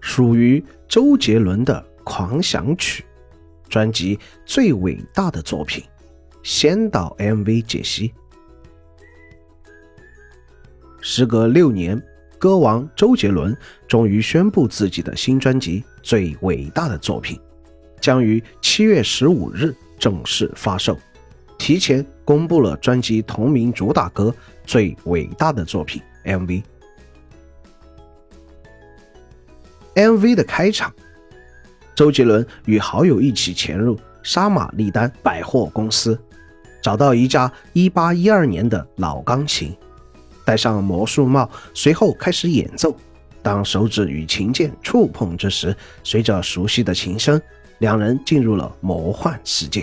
属于周杰伦的狂想曲，专辑最伟大的作品，先导 MV 解析。时隔6年，歌王周杰伦终于宣布自己的新专辑最伟大的作品将于7月15日正式发售，提前公布了专辑同名主打歌最伟大的作品 MV。MV 的开场，周杰伦与好友一起潜入杀马利丹百货公司，找到一架1812年的老钢琴，戴上魔术帽，随后开始演奏。当手指与琴键触碰之时，随着熟悉的琴声，两人进入了魔幻世界。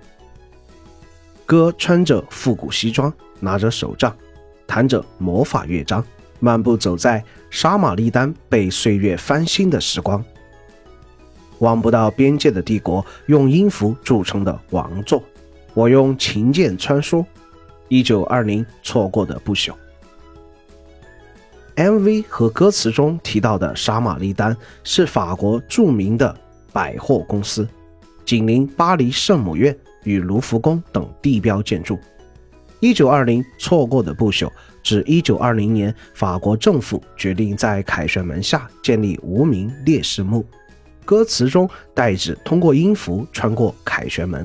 哥穿着复古西装，拿着手杖，弹着魔法乐章，漫步走在杀马利丹被岁月翻新的时光。望不到边界的帝国，用音符铸成的王座，我用琴键穿梭，1920错过的不朽。MV 和歌词中提到的杀马利丹是法国著名的百货公司，紧邻巴黎圣母院与卢浮宫等地标建筑。1920错过的不朽指1920年法国政府决定在凯旋门下建立无名烈士墓，歌词中代指通过音符穿过凯旋门。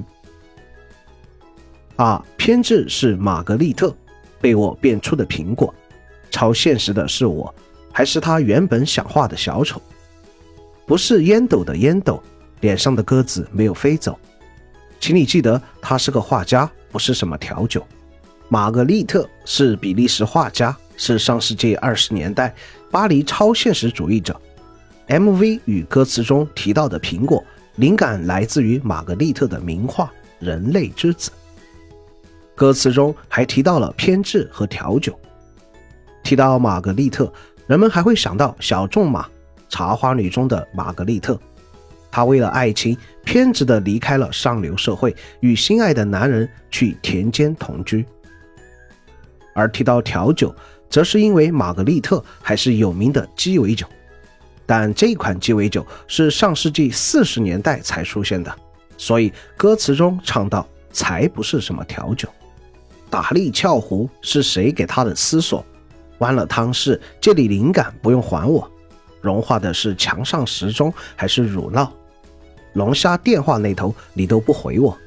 偏执是玛格丽特，被我变出的苹果，超现实的是我，还是他原本想画的小丑？不是烟斗的烟斗，脸上的鸽子没有飞走。请你记得，他是个画家，不是什么调酒。玛格丽特是比利时画家，是上世纪20年代巴黎超现实主义者。MV 与歌词中提到的苹果，灵感来自于玛格丽特的名画《人类之子》。歌词中还提到了偏执和调酒。提到玛格丽特，人们还会想到小仲马《茶花女》中的玛格丽特，她为了爱情偏执地离开了上流社会，与心爱的男人去田间同居。而提到调酒，则是因为玛格丽特还是有名的鸡尾酒，但这款鸡尾酒是上世纪40年代才出现的，所以歌词中唱到才不是什么调酒。达利翘胡是谁给他的思索？弯了汤匙，这里灵感不用还我。融化的是墙上时钟还是乳酪？龙虾电话那头你都不回我。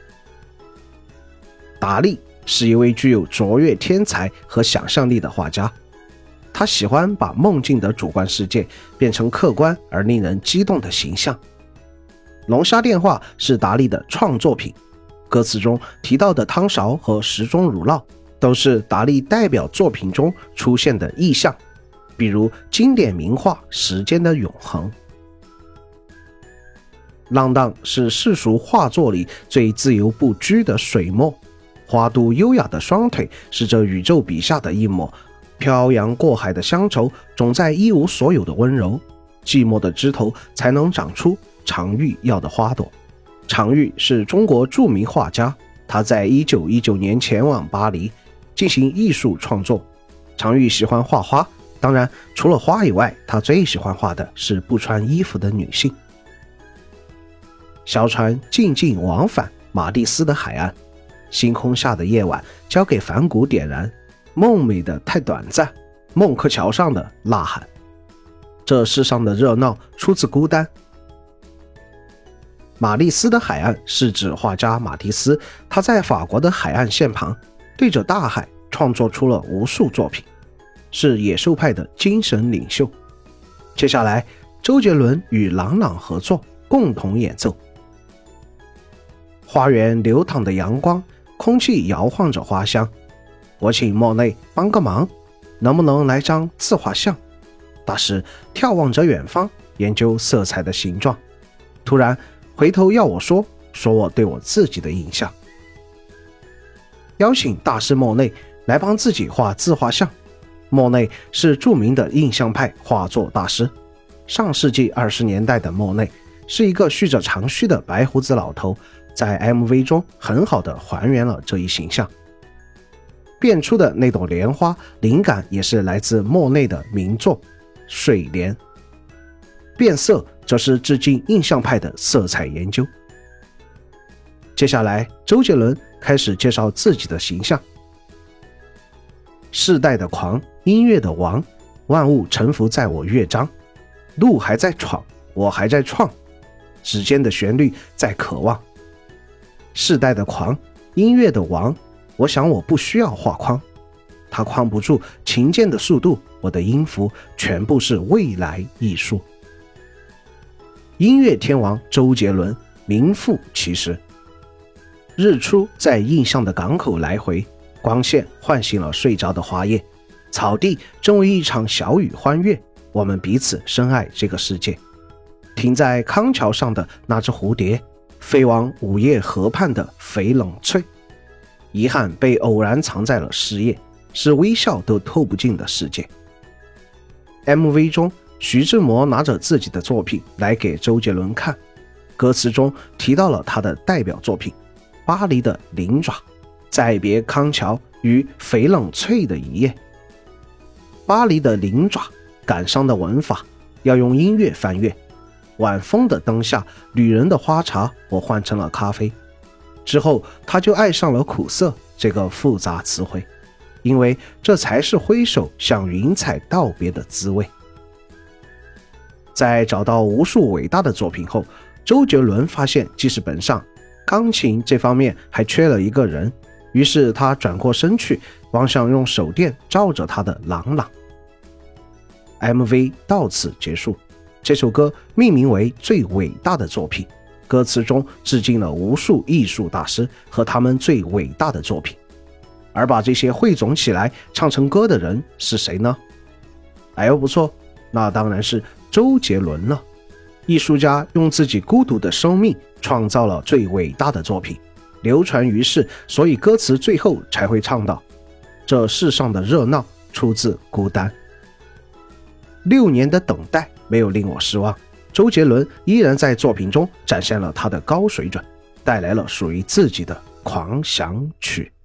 达利是一位具有卓越天才和想象力的画家，他喜欢把梦境的主观世界变成客观而令人激动的形象。龙虾电话是达利的创作品，歌词中提到的汤勺和时钟乳酪都是达利代表作品中出现的意象，比如经典名画《时间的永恒》。浪荡是世俗画作里最自由不拘的水墨，花度优雅的双腿是这宇宙笔下的一抹漂洋过海的乡愁，种在一无所有的温柔，寂寞的枝头才能长出常玉要的花朵。常玉是中国著名画家，他在1919年前往巴黎进行艺术创作。常玉喜欢画花，当然除了花以外，他最喜欢画的是不穿衣服的女性。小船静静往返马蒂斯的海岸，星空下的夜晚交给梵谷点燃，梦美的太短暂，孟克桥上的呐喊。这世上的热闹出自孤单。马蒂斯的海岸是指画家马蒂斯，他在法国的海岸线旁对着大海创作出了无数作品，是野兽派的精神领袖。接下来周杰伦与郎朗合作，共同演奏。花园流淌的阳光，空气摇晃着花香。我请莫内帮个忙，能不能来张自画像？大师眺望着远方，研究色彩的形状，突然回头要我说我对我自己的印象。邀请大师莫内来帮自己画自画像。莫内是著名的印象派画作大师，上世纪20年代的莫内是一个蓄着长须的白胡子老头，在 MV 中很好地还原了这一形象。变出的那朵莲花灵感也是来自莫内的名作《睡莲》。 变色则是致敬印象派的色彩研究。接下来，周杰伦开始介绍自己的形象。世代的狂，音乐的王，万物臣服在我乐章，路还在闯，我还在创，指尖的旋律在渴望。世代的狂，音乐的王，我想我不需要画框，它框不住琴键的速度，我的音符全部是未来艺术。音乐天王周杰伦名副其实。日出在印象的港口来回，光线唤醒了睡着的花叶，草地正为一场小雨欢悦，我们彼此深爱这个世界。停在康桥上的那只蝴蝶，飞往午夜河畔的翡冷翠，遗憾被偶然藏在了诗页，是微笑都透不尽的世界。 MV 中，徐志摩拿着自己的作品来给周杰伦看，歌词中提到了他的代表作品巴黎的灵爪，再别康桥与翡冷翠的一夜。巴黎的灵爪，感伤的文法要用音乐翻阅。晚风的灯下，旅人的花茶我换成了咖啡。之后他就爱上了苦涩这个复杂词汇，因为这才是挥手向云彩道别的滋味。在找到无数伟大的作品后，周杰伦发现记事本上钢琴这方面还缺了一个人，于是他转过身去，望向用手电照着他的郎朗。 MV 到此结束。这首歌命名为最伟大的作品，歌词中致敬了无数艺术大师和他们最伟大的作品。而把这些汇总起来唱成歌的人是谁呢？哎呦不错，那当然是周杰伦了。艺术家用自己孤独的生命创造了最伟大的作品，流传于世，所以歌词最后才会唱到：这世上的热闹出自孤单。6年的等待没有令我失望，周杰伦依然在作品中展现了他的高水准，带来了属于自己的狂想曲。